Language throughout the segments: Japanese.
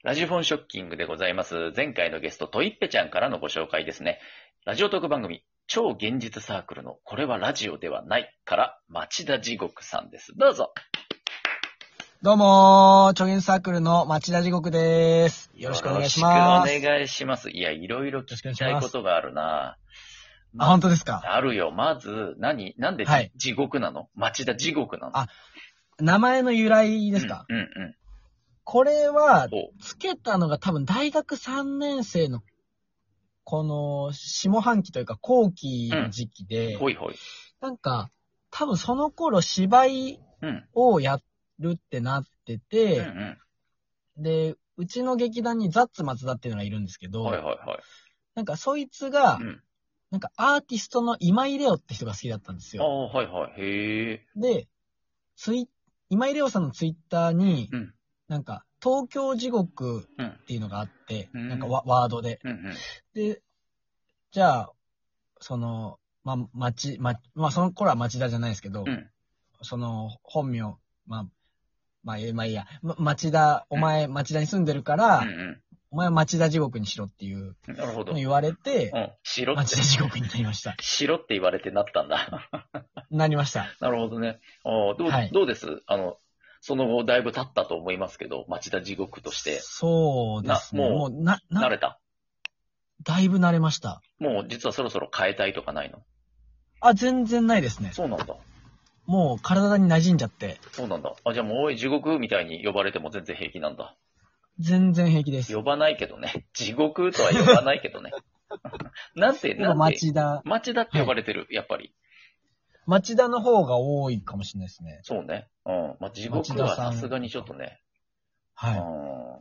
ラジフォンショッキングでございます。前回のゲスト、トイッペちゃんからのご紹介ですね。ラジオトーク番組、超現実サークルのこれはラジオではないから町田地獄さんです。どうぞ。 どうも超現実サークルの町田地獄です。よろしくお願いします。 よろしくお願いします。いや、いろいろ聞きたいことがあるな。 本当ですか？ あるよ。まず、なんで、 はい、 地獄なの？町田地獄なの？ 名前の由来ですか？ うん。 これは、つけたのが多分大学3年生の、この、下半期というか後期の時期で、 ほいほい。 なんか、多分その頃芝居をやるってなってて、で、うちの劇団にザッツ松田っていうのがいるんですけど、なんかそいつが、なんかアーティストの今井レオって人が好きだったんですよ。 へー。 で、今井レオさんのツイッターに、なんか、東京地獄っていうのがあって、なんかワードで。で、じゃあ、その、その頃は町田じゃないですけど、その、本名、いいや、町田、お前町田に住んでるから、お前は町田地獄にしろっていうの言われて、町田地獄になりました。 しろって言われてなったんだ。 なりました。 なるほどね。どうです？その後だいぶ経ったと思いますけど、町田地獄として。 そうですね。 もう慣れた？ だいぶ慣れました。 もう実はそろそろ変えたいとかないの？ 全然ないですね。 そうなんだ。 もう体に馴染んじゃって。 そうなんだ。じゃあもうおい地獄みたいに呼ばれても全然平気なんだ。 全然平気です。 呼ばないけどね。地獄とは呼ばないけどね。なんて町田って呼ばれてる、やっぱり。 町田の方が多いかもしれないですね。 そうね。地獄はさすがにちょっとね。 はい。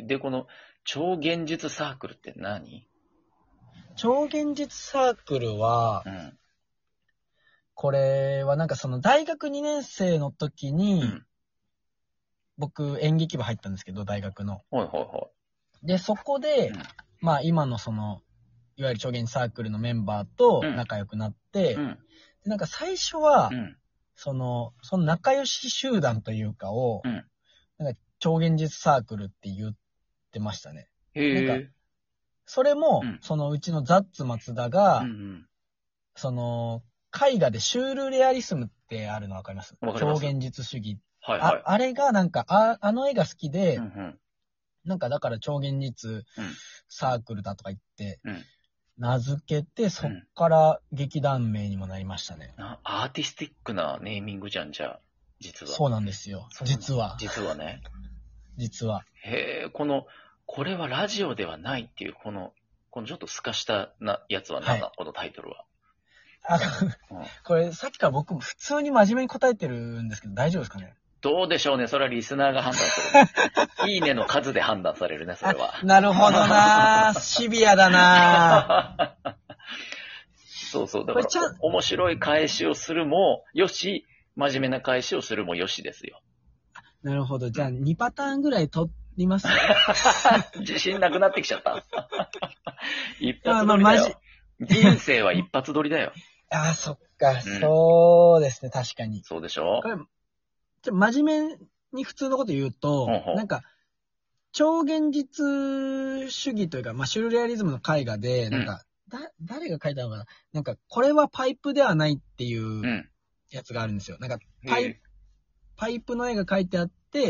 で、この超現実サークルって何？ 超現実サークルは、これはなんかその大学2年生の時に、僕演劇部入ったんですけど、大学の。で、そこで、今のその、いわゆる超現実サークルのメンバーと仲良くなって、でなんか最初は、その仲良し集団というかを、なんか超現実サークルって言ってましたね。なんか、それも、そのうちのザッツ松田が、その、絵画でシュールレアリスムってあるのわかります？超現実主義。あれがなんか、あの絵が好きで、なんかだから超現実サークルだとか言って、名付けて、そっから劇団名にもなりましたね。 アーティスティックなネーミングじゃん、じゃあ、実は。 そうなんですよ。実は。 ね。 実は。 へえ、これはラジオではないっていう、このちょっと透かしたやつは何だ、このタイトルは。 これさっきから僕普通に真面目に答えてるんですけど大丈夫ですかね？ どうでしょうね。それはリスナーが判断する。いいねの数で判断されるね、それは。 なるほどなシビアだなそう。だから、面白い返しをするもよし、真面目な返しをするもよしですよ。 なるほど。じゃあ2パターンぐらい取ります自信なくなってきちゃった。一発撮りだよ。人生は一発撮りだよ。 そっか、そうですね、確かに。 そうでしょ？ これ真面目に普通のこと言うと、なんか、超現実主義というか、シュルレアリズムの絵画で、なんか、誰が描いたのかな？なんか、これはパイプではないっていうやつがあるんですよ。なんか、パイプの絵が描いてあって、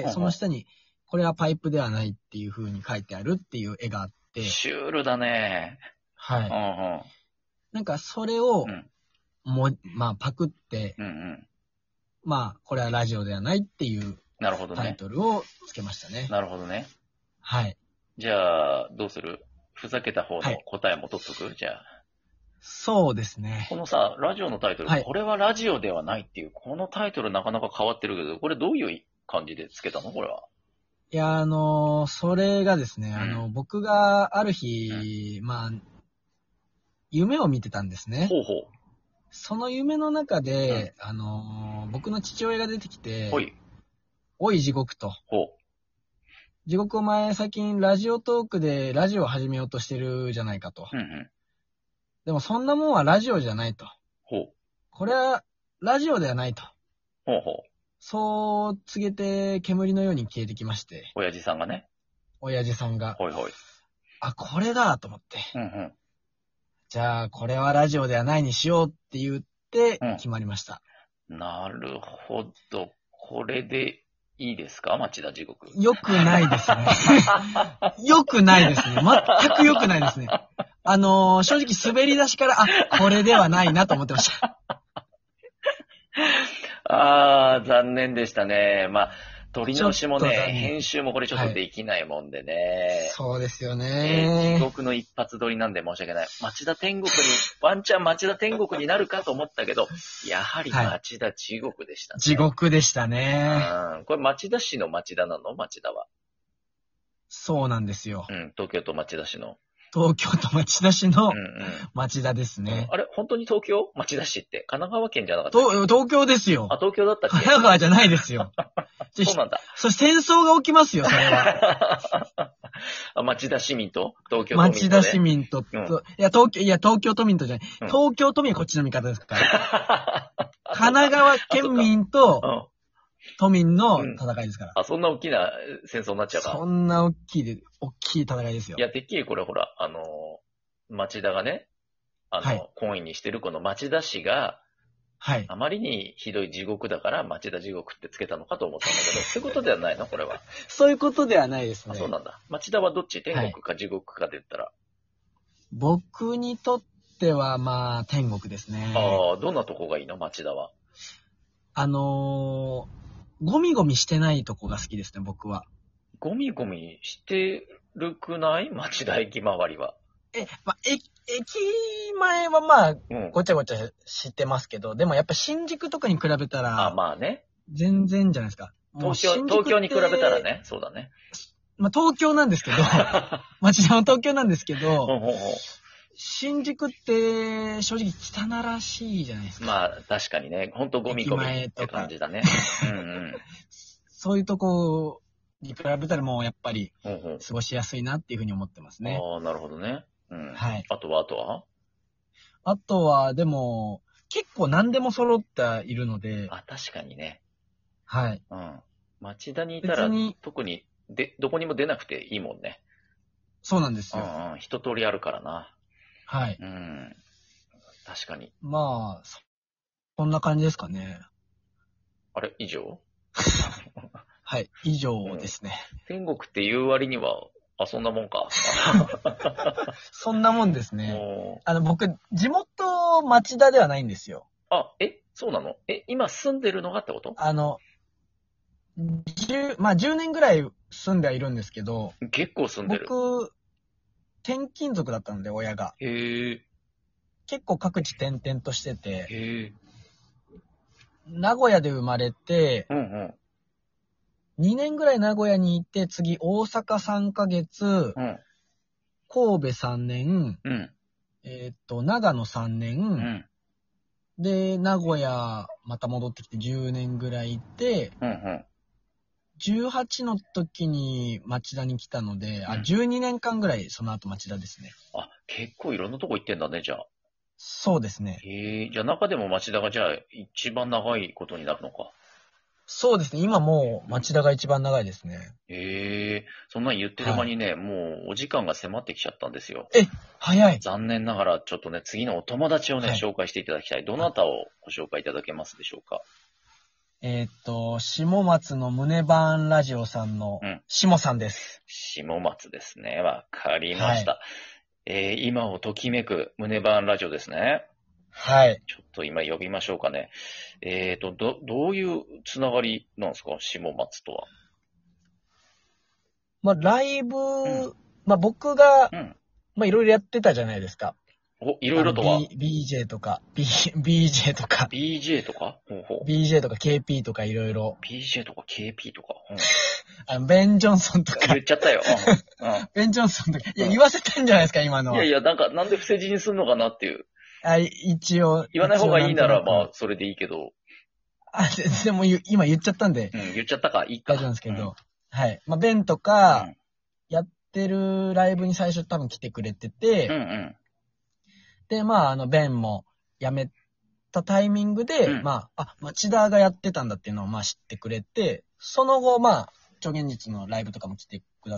その下に、これはパイプではないっていう風に描いてあるっていう絵があって。 シュールだね。 はい。なんか、それを、パクって、これはラジオではないっていうタイトルをつけましたね。 なるほどね。 はい。 じゃあ、どうする？ふざけた方の答えも取っとく？じゃあ。 そうですね。 このさ、ラジオのタイトル、これはラジオではないっていう、このタイトルなかなか変わってるけど、これどういう感じでつけたの？これは。 いや、それがですね、僕がある日、夢を見てたんですね。その夢の中で、僕の父親が出てきて、おい地獄と。地獄お前最近ラジオトークでラジオを始めようとしてるじゃないかと。でもそんなもんはラジオじゃないと。これはラジオではないと。そう告げて煙のように消えてきまして。 親父さんがね。 親父さんが。 はいはい。 あ、これだと思って。 うんうん。 じゃあ、これはラジオではないにしようって言って決まりました。 なるほど。これでいいですか、町田地獄。 よくないですね。よくないですね。全くよくないですね。正直滑り出しから、これではないなと思ってました。 残念でしたね。まあ、取り直しもね、編集もこれちょっとできないもんでね。はい、 そうですよね。 地獄の一発撮りなんで申し訳ない。町田天国に、ワンチャン町田天国になるかと思ったけど、やはり町田地獄でしたね。 地獄でしたね。 これ町田市の町田なの？町田は。 そうなんですよ。 東京都町田市の。 東京都町田市の町田ですね。 あれ本当に東京？町田市って神奈川県じゃなかったっけ？ 東京ですよ。 東京だったっけ？ 神奈川じゃないですよ。 そうなんだ。 戦争が起きますよ、それは。 町田市民と東京都民と、 町田市民と、東京都民とじゃない。東京都民はこっちの味方ですから。神奈川県民と、都民の戦いですから。 そんな大きな戦争になっちゃうか。 そんな大きい戦いですよ。 いや、てっきりこれほら、町田がね、懇意にしてるこの町田市が、あまりにひどい地獄だから町田地獄ってつけたのかと思ったんだけど、そういうことではないのこれは。 そういうことではないですね。 そうなんだ。町田はどっち？天国か地獄かで言ったら。 僕にとっては、まあ、天国ですね。 どんなとこがいいの町田は。 ゴミゴミしてないとこが好きですね、僕は。 ゴミゴミしてるくない町田駅周りは。 駅前はまあ、ごちゃごちゃしてますけど、でもやっぱ新宿とかに比べたら、 まあね。 全然じゃないですか。 東京に比べたらね、そうだね。 まあ東京なんですけど、町田は東京なんですけど、新宿って正直汚らしいじゃないですか。 まあ確かにね、ほんとゴミゴミって感じだね。 そういうとこに比べたらもうやっぱり過ごしやすいなっていうふうに思ってますね。 なるほどね。 はい。 あとはあとは、でも、結構何でも揃っているので。 確かにね。 はい。 町田にいたら、特に、どこにも出なくていいもんね。 そうなんですよ。 一通りあるからな。 はい。 確かに。 まあ、こんな感じですかね。 あれ以上はい、以上ですね。 天国っていう割には、そんなもんか。 そんなもんですね。僕、地元町田ではないんですよ。 そうなの？今住んでるのがってこと？ 10年ぐらい住んではいるんですけど。 結構住んでる。 僕、転勤族だったので、親が。結構各地転々としてて。名古屋で生まれて、2年ぐらい名古屋にいて、次大阪3ヶ月、神戸3年、長野3年、で、名古屋また戻ってきて10年ぐらいいて、18の時に町田に来たので、12年間ぐらいその後町田ですね。 結構いろんなとこ行ってんだね、じゃあ。 そうですね。 じゃあ中でも町田がじゃあ一番長いことになるのか。 そうですね。今もう町田が一番長いですね。 そんなん言ってる間にね、もうお時間が迫ってきちゃったんですよ。 早い。 残念ながらちょっとね、次のお友達をね、紹介していただきたい。どなたをご紹介いただけますでしょうか。 下松の胸バーンラジオさんの下さんです。 下松ですね。わかりました。今をときめく胸バーンラジオですね。 はい。 ちょっと今呼びましょうかね。どういうつながりなんですか、下松とは。 まあ、ライブ、僕が、いろいろやってたじゃないですか。 いろいろとは ?BJ とか、BJ とか。 BJ とか BJ とか KP とかいろいろ。 BJ とか KP とか。 ベン・ジョンソンとか。 言っちゃったよ。 ベン・ジョンソンとか。いや、言わせたんじゃないですか、今のは。 いや、なんで伏せ字にすんのかなっていう。 一応。 言わない方がいいなら、まあ、それでいいけど。 でも今言っちゃったんで。 言っっちゃったか、いいか。 大丈夫なんですけど。はい。ベンとか、やってるライブに最初多分来てくれてて、で、ベンも辞めたタイミングで、町田がやってたんだっていうのを知ってくれて、その後、超現実のライブとかも来てくださっ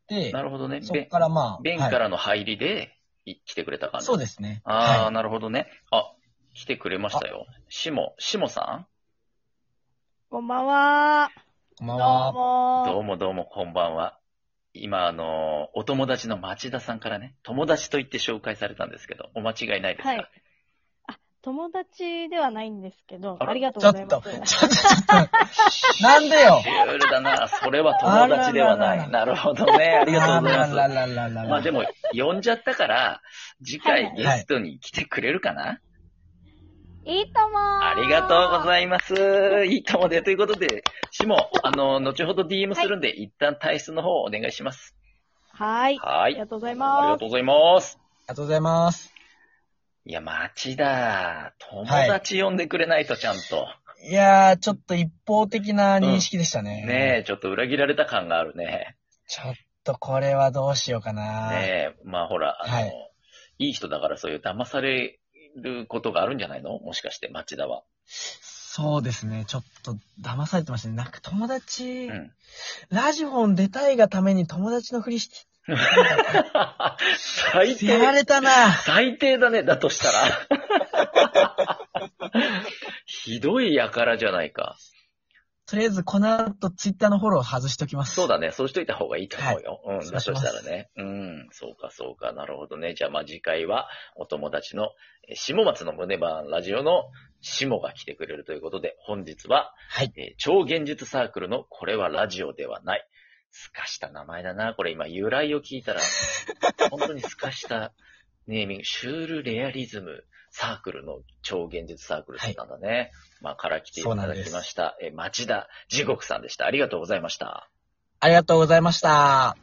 て、 なるほどね。 そこからまあ。 弁からの入りで来てくれた感じ。 そうですね。 ああ、なるほどね。あ、来てくれましたよ。しもさんこんばんは。 こんばんは。 どうもどうもこんばんは。今、お友達の町田さんからね、友達と言って紹介されたんですけど、お間違いないですか？ はい。友達ではないんですけど、ありがとうございます。 ちょっと。なんでよ。 シュールだな。それは友達ではない。なるほどね。ありがとうございます。まあでも、呼んじゃったから、次回ゲストに来てくれるかな？ いいともー。 ありがとうございます。いいともで。ということで、しも、後ほど DM するんで、一旦退出の方お願いします。 はい。ありがとうございます。 ありがとうございます。 ありがとうございます。 いや、町田、友達呼んでくれないとちゃんと。 いやー、ちょっと一方的な認識でしたね。 ねえ、ちょっと裏切られた感があるね。 ちょっとこれはどうしようかな。 ねえ、まあほら、いい人だからそういう騙されることがあるんじゃないの？もしかして、町田は。 そうですね。ちょっと騙されてましたね。なんか友達、ラジオに出たいがために友達のふりして、 最低。 やられたな。 最低だね、だとしたら。ひどい輩じゃないか。 とりあえず、この後、ツイッターのフォロー外しときます。 そうだね。そうしといた方がいいと思うよ。 はい、 だとしたらね。そうか。なるほどね。じゃあ、まあ、次回は、お友達の、下松の胸バーラジオの下が来てくれるということで、本日は、超現実サークルのこれはラジオではない。すかした名前だな。これ今、由来を聞いたら、本当にすかしたネーミング、シュールレアリズムサークルの超現実サークルだったんだね。まあ、から来ていただきました。町田地獄さんでした。ありがとうございました。 ありがとうございました。